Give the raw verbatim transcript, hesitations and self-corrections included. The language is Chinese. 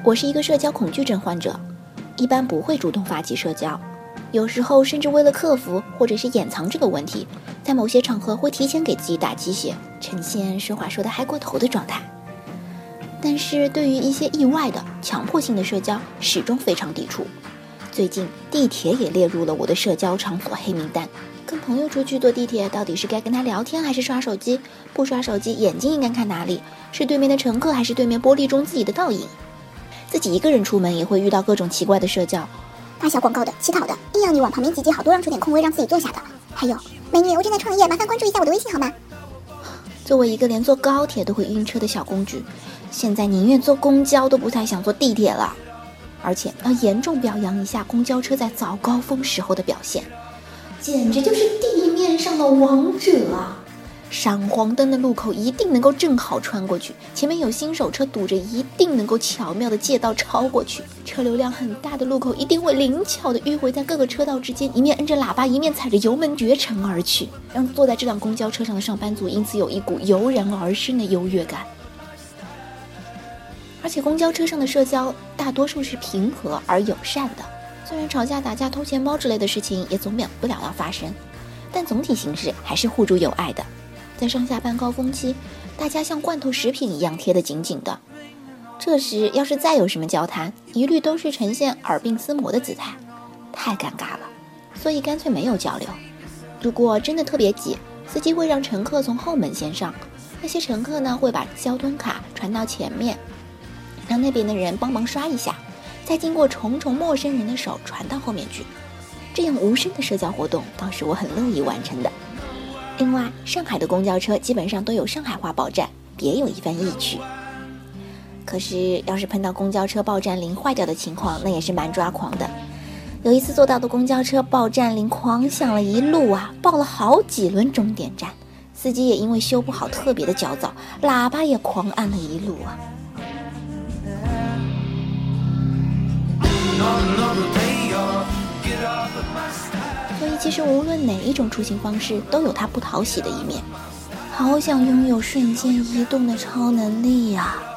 我是一个社交恐惧症患者，一般不会主动发起社交，有时候甚至为了克服或者是掩藏这个问题，在某些场合会提前给自己打鸡血，呈现说话说得嗨过头的状态。但是对于一些意外的强迫性的社交，始终非常抵触。最近地铁也列入了我的社交场所黑名单。跟朋友出去坐地铁，到底是该跟他聊天还是刷手机？不刷手机，眼睛应该看哪里？是对面的乘客还是对面玻璃中自己的倒影？自己一个人出门也会遇到各种奇怪的社交， 大小广告的、乞讨的，硬要你往旁边挤挤好多，让出点空位让自己坐下的。还有，美女，我正在创业，麻烦关注一下我的微信好吗？ 作为一个连坐高铁都会晕车的小公举，现在宁愿坐公交都不太想坐地铁了。而且要严重表扬一下公交车在早高峰时候的表现，简直就是地面上的王者啊！闪黄灯的路口一定能够正好穿过去，前面有新手车堵着一定能够巧妙的借道超过去，车流量很大的路口一定会灵巧的迂回在各个车道之间，一面摁着喇叭一面踩着油门绝尘而去，让坐在这辆公交车上的上班族因此有一股油然而生的优越感。而且公交车上的社交大多数是平和而友善的，虽然吵架打架偷钱包之类的事情也总免不了要发生，但总体形式还是互助友爱的。在上下班高峰期，大家像罐头食品一样贴得紧紧的，这时要是再有什么交谈，一律都是呈现耳鬓厮磨的姿态，太尴尬了，所以干脆没有交流。如果真的特别挤，司机会让乘客从后门先上，那些乘客呢会把交通卡传到前面，让那边的人帮忙刷一下，再经过重重陌生人的手传到后面去。这样无声的社交活动倒是我很乐意完成的。另外，上海的公交车基本上都有上海话报站，别有一番意趣。可是要是碰到公交车报站铃坏掉的情况，那也是蛮抓狂的。有一次坐到的公交车报站铃狂响了一路啊，报了好几轮终点站，司机也因为修不好特别的焦躁，喇叭也狂按了一路啊。所以其实无论哪一种出行方式都有它不讨喜的一面，好想拥有瞬间移动的超能力呀、啊！